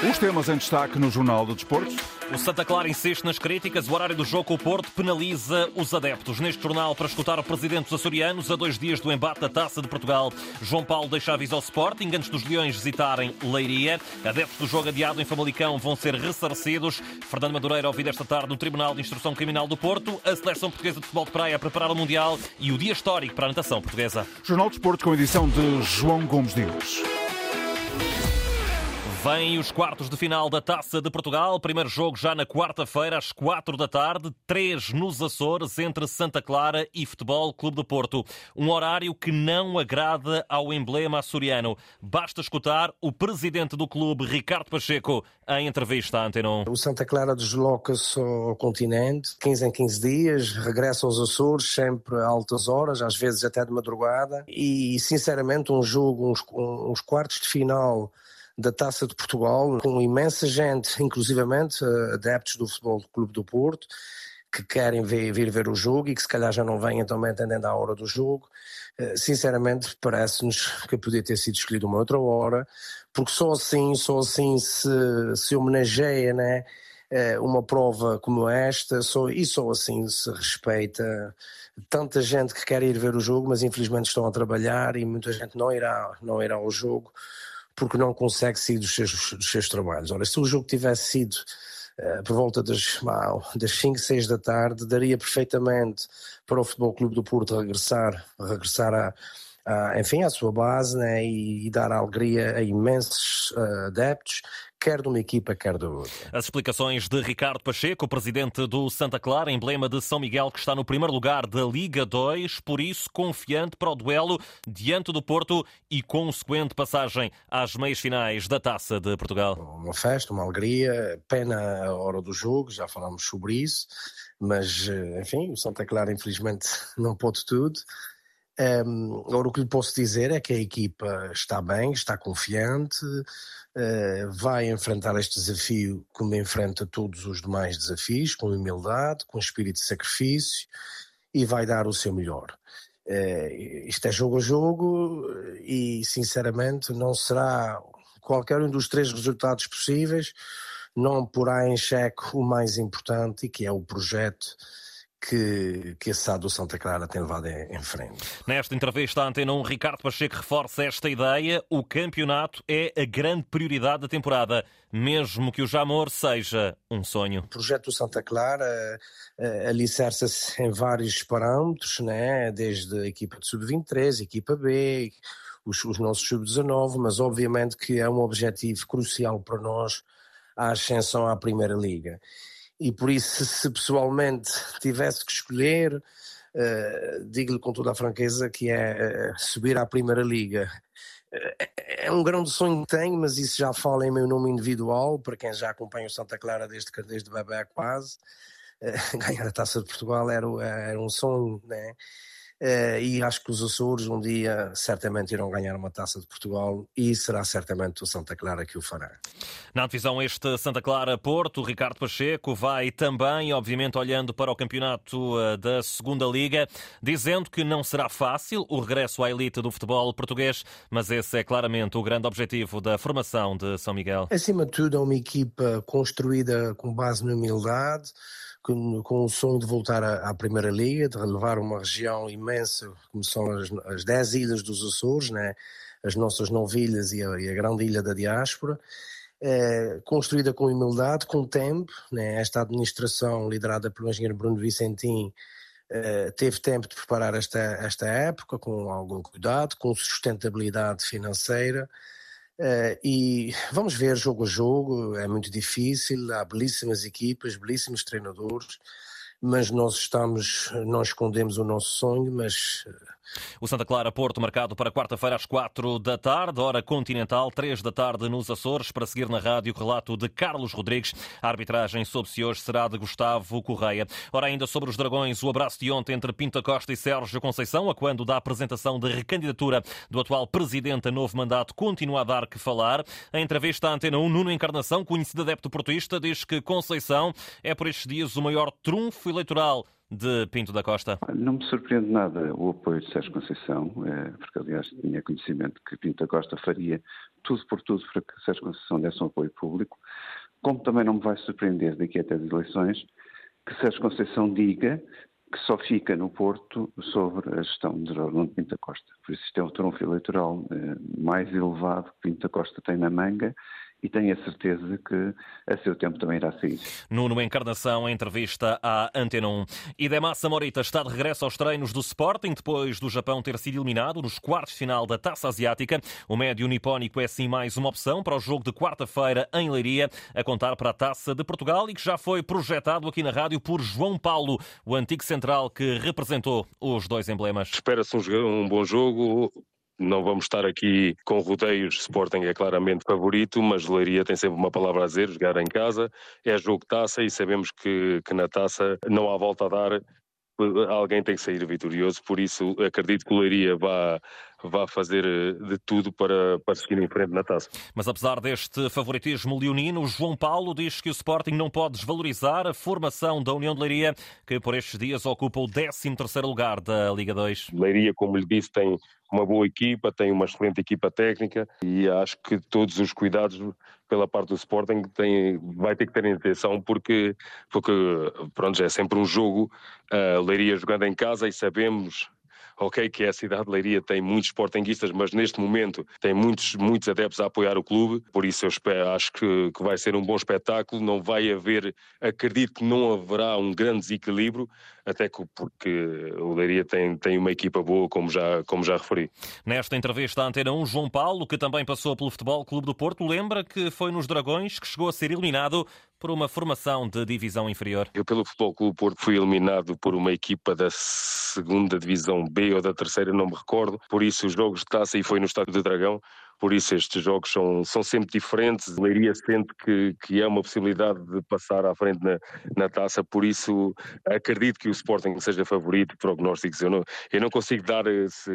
Os temas em destaque no Jornal do Desporto. O Santa Clara insiste nas críticas. O horário do jogo com o Porto penaliza os adeptos. Neste jornal, para escutar o presidente dos açorianos, a 2 dias do embate da Taça de Portugal. João Paulo deixa aviso ao Sporting antes dos Leões visitarem Leiria. Adeptos do jogo adiado em Famalicão vão ser ressarcidos. Fernando Madureira ouvido esta tarde no Tribunal de Instrução Criminal do Porto. A Seleção Portuguesa de Futebol de Praia a preparar o Mundial e o dia histórico para a natação portuguesa. Jornal do Desporto com edição de João Gomes Dias. Vêm os quartos de final da Taça de Portugal. Primeiro jogo já na quarta-feira, às 4 da tarde. 3 nos Açores, entre Santa Clara e Futebol Clube do Porto. Um horário que não agrada ao emblema açoriano. Basta escutar o presidente do clube, Ricardo Pacheco, em entrevista à Antena 1. O Santa Clara desloca-se ao continente, 15 em 15 dias, regressa aos Açores, sempre a altas horas, às vezes até de madrugada. E, sinceramente, um jogo, uns quartos de final da Taça de Portugal, com imensa gente, inclusivamente adeptos do Futebol Clube do Porto, que querem vir ver o jogo e que se calhar já não vêm também atendendo à hora do jogo. Sinceramente, parece-nos que podia ter sido escolhido uma outra hora, porque só assim se homenageia, né, uma prova como esta, só assim se respeita tanta gente que quer ir ver o jogo, mas infelizmente estão a trabalhar e muita gente não irá ao jogo, porque não consegue sair dos seus trabalhos. Ora, se o jogo tivesse sido por volta das 5, 6 da tarde, daria perfeitamente para o Futebol Clube do Porto regressar à sua base, né, e dar alegria a imensos adeptos, quer de uma equipa, quer da outra. As explicações de Ricardo Pacheco, presidente do Santa Clara, emblema de São Miguel, que está no primeiro lugar da Liga 2, por isso confiante para o duelo diante do Porto e consequente passagem às meias finais da Taça de Portugal. Uma festa, uma alegria, pena a hora do jogo, já falámos sobre isso, mas enfim, o Santa Clara infelizmente não pôde tudo. Agora o que lhe posso dizer é que a equipa está bem, está confiante, vai enfrentar este desafio como enfrenta todos os demais desafios, com humildade, com espírito de sacrifício, e vai dar o seu melhor. Isto é jogo a jogo e sinceramente não será qualquer um dos 3 resultados possíveis, não porá em xeque o mais importante, e que é o projeto que a SAD do Santa Clara tem levado em frente. Nesta entrevista à Antena 1, Ricardo Pacheco reforça esta ideia: o campeonato é a grande prioridade da temporada, mesmo que o Jamor seja um sonho. O projeto do Santa Clara alicerça-se em vários parâmetros, né? Desde a equipa de sub-23, a equipa B, os nossos sub-19, mas obviamente que é um objetivo crucial para nós a ascensão à Primeira Liga. E por isso, se pessoalmente tivesse que escolher, digo-lhe com toda a franqueza que é subir à Primeira Liga. É um grande sonho que tenho, mas isso já fala em meu nome individual, para quem já acompanha o Santa Clara desde bebé quase. Ganhar a Taça de Portugal era um sonho, né? E acho que os Açores um dia certamente irão ganhar uma Taça de Portugal, e será certamente o Santa Clara que o fará. Na divisão este Santa Clara-Porto, Ricardo Pacheco vai também, obviamente, olhando para o campeonato da Segunda Liga, dizendo que não será fácil o regresso à elite do futebol português, mas esse é claramente o grande objetivo da formação de São Miguel. Acima de tudo, é uma equipa construída com base na humildade, com o sonho de voltar à Primeira Liga, de relevar uma região imensa, como são as 10 ilhas dos Açores, né? As nossas 9 ilhas e a grande ilha da diáspora, construída com humildade, com tempo, né? Esta administração, liderada pelo engenheiro Bruno Vicentim, teve tempo de preparar esta época, com algum cuidado, com sustentabilidade financeira. E vamos ver jogo a jogo, é muito difícil, há belíssimas equipas, belíssimos treinadores, mas nós não escondemos o nosso sonho, mas... O Santa Clara-Porto marcado para quarta-feira às 4 da tarde, hora continental, 3 da tarde nos Açores, para seguir na rádio o relato de Carlos Rodrigues. A arbitragem soube-se hoje será de Gustavo Correia. Ora, ainda sobre os Dragões, o abraço de ontem entre Pinto Costa e Sérgio Conceição, a quando da apresentação de recandidatura do atual presidente a novo mandato, continua a dar que falar. A entrevista à Antena 1, Nuno Encarnação, conhecido adepto portuísta, diz que Conceição é por estes dias o maior trunfo eleitoral de Pinto da Costa. Não me surpreende nada o apoio de Sérgio Conceição, porque aliás tinha conhecimento que Pinto da Costa faria tudo por tudo para que Sérgio Conceição desse um apoio público, como também não me vai surpreender daqui até as eleições que Sérgio Conceição diga que só fica no Porto sobre a gestão de Orlando Pinto da Costa. Por isso isto é o trunfo eleitoral mais elevado que Pinto da Costa tem na manga e tenho a certeza que a seu tempo também irá sair. Nuno Encarnação, em entrevista à Antena 1. Idemar Samorita está de regresso aos treinos do Sporting, depois do Japão ter sido eliminado nos quartos de final da Taça Asiática. O médio nipónico é sim mais uma opção para o jogo de quarta-feira em Leiria, a contar para a Taça de Portugal e que já foi projetado aqui na rádio por João Paulo, o antigo central que representou os dois emblemas. Espera-se um bom jogo. Não vamos estar aqui com rodeios, Sporting é claramente favorito, mas Leiria tem sempre uma palavra a dizer, jogar em casa, é jogo de taça e sabemos que na taça não há volta a dar, alguém tem que sair vitorioso, por isso acredito que o Leiria vá fazer de tudo para seguir em frente na taça. Mas apesar deste favoritismo leonino, João Paulo diz que o Sporting não pode desvalorizar a formação da União de Leiria, que por estes dias ocupa o 13º lugar da Liga 2. Leiria, como lhe disse, tem uma boa equipa, tem uma excelente equipa técnica e acho que todos os cuidados pela parte do Sporting vai ter que ter atenção porque pronto, já é sempre um jogo, Leiria jogando em casa e sabemos que a cidade de Leiria tem muitos sportinguistas, mas neste momento tem muitos adeptos a apoiar o clube, por isso eu acho que vai ser um bom espetáculo, não vai haver, acredito que não haverá um grande desequilíbrio, até porque o Leiria tem uma equipa boa, como já referi. Nesta entrevista à Antena 1, João Paulo, que também passou pelo Futebol Clube do Porto, lembra que foi nos Dragões que chegou a ser eliminado por uma formação de divisão inferior. Eu pelo Futebol Clube do Porto fui eliminado por uma equipa da 2ª Divisão B ou da 3ª, não me recordo, por isso os jogos de taça e foi no Estádio do Dragão. Por isso estes jogos são sempre diferentes. Leiria sente que é uma possibilidade de passar à frente na taça, por isso acredito que o Sporting seja favorito, prognósticos. Eu não consigo dar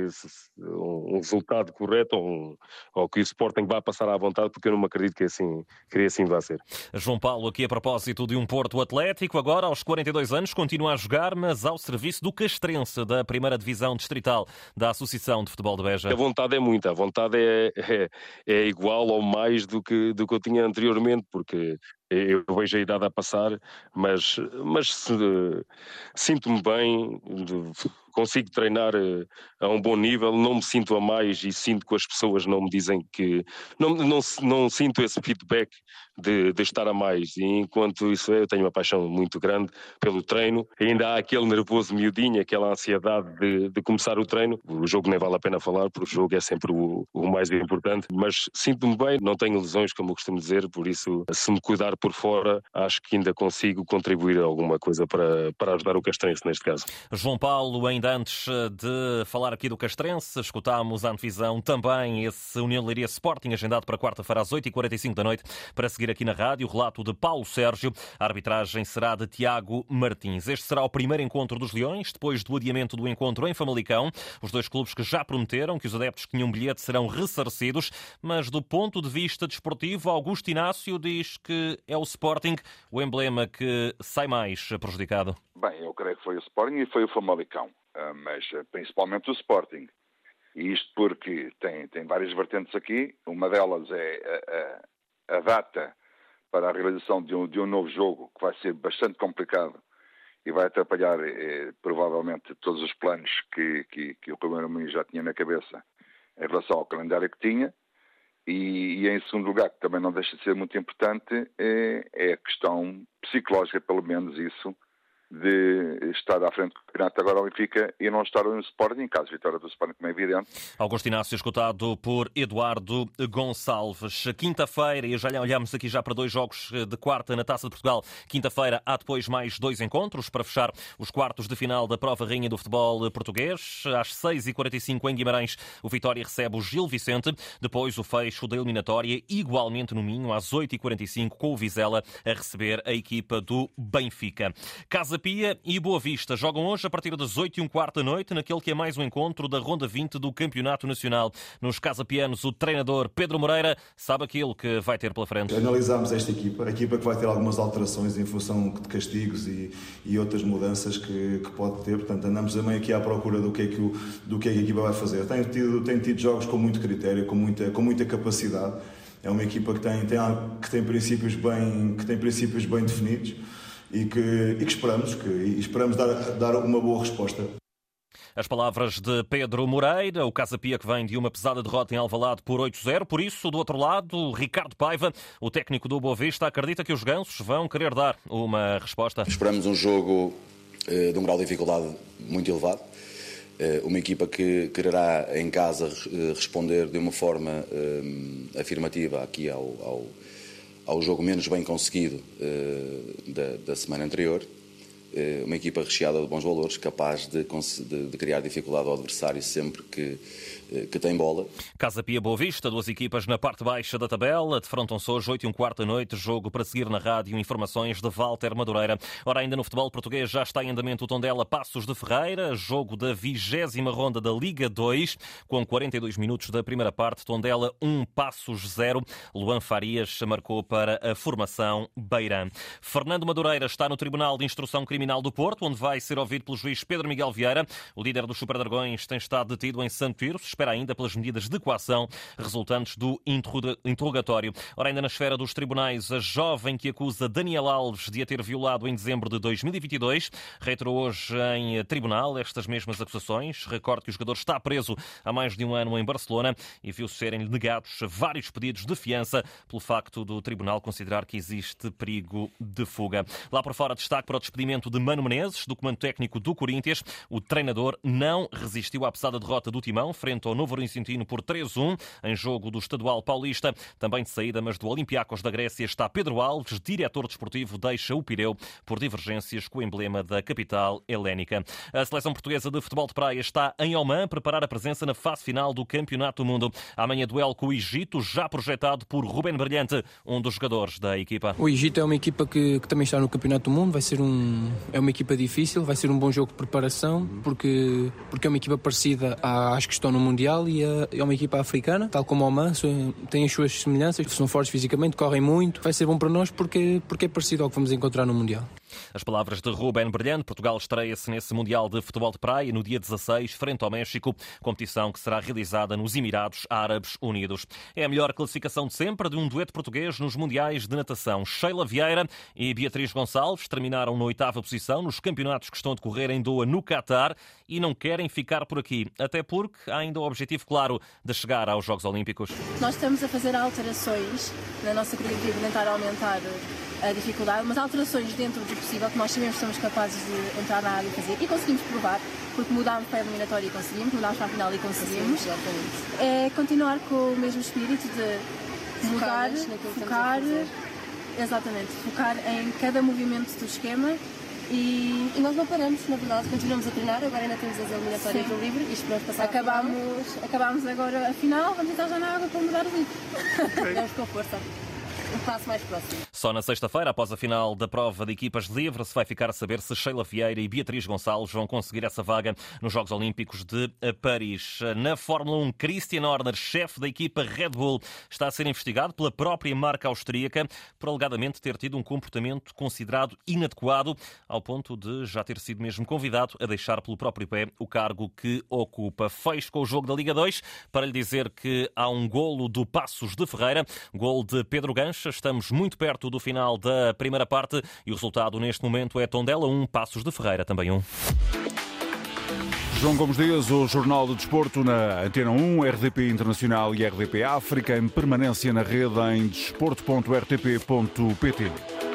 um resultado correto ou que o Sporting vá passar à vontade, porque eu não me acredito que assim vá ser. João Paulo, aqui a propósito de um Porto Atlético, agora aos 42 anos, continua a jogar, mas ao serviço do Castrense, da 1ª Divisão Distrital da Associação de Futebol de Beja. A vontade é muita, a vontade é igual ou mais do que eu tinha anteriormente, porque eu vejo a idade a passar, mas sinto-me bem, consigo treinar a um bom nível, não me sinto a mais e sinto que as pessoas não me dizem que... Não sinto esse feedback de estar a mais, e enquanto isso eu tenho uma paixão muito grande pelo treino, ainda há aquele nervoso miudinho, aquela ansiedade de começar o treino. O jogo nem vale a pena falar, porque o jogo é sempre o mais importante, mas sinto-me bem, não tenho lesões, como eu costumo dizer, por isso, se me cuidar por fora, acho que ainda consigo contribuir a alguma coisa para ajudar o Castrense neste caso. João Paulo, ainda antes de falar aqui do Castrense, escutámos a antevisão também esse União de Leiria Sporting agendado para quarta-feira às 8h45 da noite, para seguir aqui na rádio o relato de Paulo Sérgio. A arbitragem será de Tiago Martins. Este será o primeiro encontro dos Leões, depois do adiamento do encontro em Famalicão. Os dois clubes que já prometeram que os adeptos que tinham bilhete serão ressarcidos, mas do ponto de vista desportivo, Augusto Inácio diz que é o Sporting o emblema que sai mais prejudicado. Bem, eu creio que foi o Sporting e foi o Famalicão, mas principalmente o Sporting. E isto porque tem várias vertentes aqui. Uma delas é a data para a realização de um novo jogo, que vai ser bastante complicado e vai atrapalhar provavelmente todos os planos que o Primeiro-Ministro já tinha na cabeça em relação ao calendário que tinha. E em segundo lugar, que também não deixa de ser muito importante, é a questão psicológica, pelo menos isso, de estar à frente do campeonato agora ao Benfica e não estar no Sporting, em caso de vitória do Sporting, como é evidente. Augusto Inácio, escutado por Eduardo Gonçalves. Quinta-feira, e já olhamos aqui já para 2 jogos de quarta na Taça de Portugal. Quinta-feira há depois mais 2 encontros para fechar os quartos de final da Prova Rainha do Futebol Português. Às 6h45 em Guimarães, o Vitória recebe o Gil Vicente. Depois o fecho da eliminatória, igualmente no Minho, às 8h45, com o Vizela a receber a equipa do Benfica. Casa Pia e Boa Vista jogam hoje a partir das 8h15 da noite naquele que é mais um encontro da Ronda 20 do Campeonato Nacional. Nos casapianos, o treinador Pedro Moreira sabe aquilo que vai ter pela frente. Analisámos esta equipa, a equipa que vai ter algumas alterações em função de castigos e outras mudanças que pode ter. Portanto, andamos também aqui à procura do que é que a equipa vai fazer. Tem tido jogos com muito critério, com muita capacidade. É uma equipa que tem princípios bem definidos e que esperamos dar uma boa resposta. As palavras de Pedro Moreira, o Casa Pia que vem de uma pesada derrota em Alvalade por 8-0. Por isso, do outro lado, Ricardo Paiva, o técnico do Boa Vista, acredita que os gansos vão querer dar uma resposta. Esperamos um jogo de um grau de dificuldade muito elevado. Uma equipa que quererá em casa responder de uma forma afirmativa aqui ao jogo menos bem conseguido da semana anterior. Uma equipa recheada de bons valores, capaz de criar dificuldade ao adversário sempre que tem bola. Casa Pia Boa Vista, duas equipas na parte baixa da tabela, defrontam-se hoje 8h15 da noite, jogo para seguir na rádio, informações de Walter Madureira. Ora, ainda no futebol português já está em andamento o Tondela Passos de Ferreira, jogo da 20ª ronda da Liga 2, com 42 minutos da primeira parte, Tondela 1, Passos 0. Luan Farias marcou para a formação beirã. Fernando Madureira está no Tribunal de Instrução Criminal do Porto, onde vai ser ouvido pelo juiz Pedro Miguel Vieira. O líder dos Super Dragões tem estado detido em Santo Tirso, espera ainda pelas medidas de coação resultantes do interrogatório. Ora, ainda na esfera dos tribunais, a jovem que acusa Daniel Alves de a ter violado em dezembro de 2022 reiterou hoje em tribunal estas mesmas acusações. Recordo que o jogador está preso há mais de um ano em Barcelona e viu serem negados vários pedidos de fiança pelo facto do tribunal considerar que existe perigo de fuga. Lá por fora, destaque para o despedimento de Mano Menezes, do comando técnico do Corinthians. O treinador não resistiu à pesada derrota do Timão frente ao Novo Horizontino por 3-1 em jogo do Estadual Paulista. Também de saída, mas do Olympiacos da Grécia, está Pedro Alves, diretor desportivo, deixa o Pireu por divergências com o emblema da capital helénica. A seleção portuguesa de futebol de praia está em Oman a preparar a presença na fase final do Campeonato do Mundo. Amanhã duelo com o Egito, já projetado por Ruben Brilhante, um dos jogadores da equipa. O Egito é uma equipa que também está no Campeonato do Mundo, é uma equipa difícil, vai ser um bom jogo de preparação, porque é uma equipa parecida às que estão no Mundial e é uma equipa africana, tal como o Oman, tem as suas semelhanças, são fortes fisicamente, correm muito, vai ser bom para nós porque é parecido ao que vamos encontrar no Mundial. As palavras de Ruben Brilhante. Portugal estreia-se nesse Mundial de Futebol de Praia no dia 16, frente ao México, competição que será realizada nos Emirados Árabes Unidos. É a melhor classificação de sempre de um dueto português nos Mundiais de Natação. Sheila Vieira e Beatriz Gonçalves terminaram na 8ª posição nos campeonatos que estão a decorrer em Doha, no Qatar, e não querem ficar por aqui, até porque há ainda o objetivo claro de chegar aos Jogos Olímpicos. Nós estamos a fazer alterações na nossa coreografia, tentar aumentar a dificuldade, mas alterações dentro do possível, que nós sabemos que somos capazes de entrar na área e fazer, e conseguimos provar, porque mudámos para a eliminatória e conseguimos, mudámos para a final e conseguimos. É continuar com o mesmo espírito de mudar, focar em cada movimento do esquema. E nós não paramos, na verdade, continuamos a treinar, agora ainda temos as eliminatórias do livro e esperamos passar acabámos agora a final, vamos entrar já na água para mudar o livro. Vamos com força. Um passo mais próximo. Só na sexta-feira, após a final da prova de equipas de livre, se vai ficar a saber se Sheila Vieira e Beatriz Gonçalves vão conseguir essa vaga nos Jogos Olímpicos de Paris. Na Fórmula 1, Christian Horner, chefe da equipa Red Bull, está a ser investigado pela própria marca austríaca por alegadamente ter tido um comportamento considerado inadequado, ao ponto de já ter sido mesmo convidado a deixar pelo próprio pé o cargo que ocupa. Fecho com o jogo da Liga 2 para lhe dizer que há um golo do Passos de Ferreira, golo de Pedro Gancha. Estamos muito perto do final da primeira parte e o resultado neste momento é Tondela 1, Passos de Ferreira também 1. João Gomes Dias, o Jornal do Desporto na Antena 1, RDP Internacional e RDP África, em permanência na rede em desporto.rtp.pt.